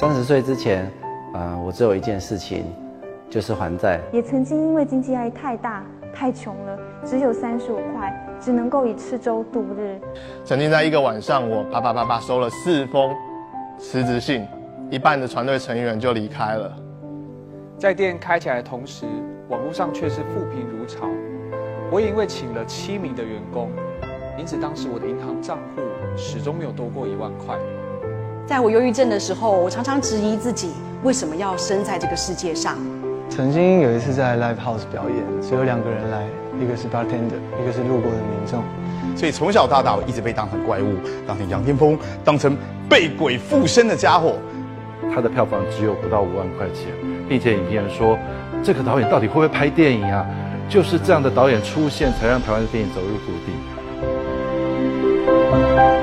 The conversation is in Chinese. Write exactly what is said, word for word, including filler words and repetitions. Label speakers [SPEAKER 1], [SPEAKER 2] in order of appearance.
[SPEAKER 1] 三十岁之前，呃，我只有一件事情，就是还债。
[SPEAKER 2] 也曾经因为经济压力太大、太穷了，只有三十五块，只能够以吃粥度日。
[SPEAKER 3] 曾经在一个晚上，我啪啪啪啪收了四封辞职信，一半的团队成员就离开了。
[SPEAKER 4] 在店开起来的同时，网络上却是负评如潮。我也因为请了七名的员工，因此当时我的银行账户始终没有多过一万块。
[SPEAKER 5] 在我忧郁症的时候，我常常质疑自己为什么要生在这个世界上。
[SPEAKER 6] 曾经有一次在 live house 表演，只有两个人来，一个是 bartender， 一个是路过的民众。
[SPEAKER 7] 所以从小到大，我一直被当成怪物，当成杨天风，当成被鬼附身的家伙。
[SPEAKER 8] 他的票房只有不到五万块钱，并且影评人说，这个导演到底会不会拍电影啊？就是这样的导演出现，才让台湾的电影走入谷底。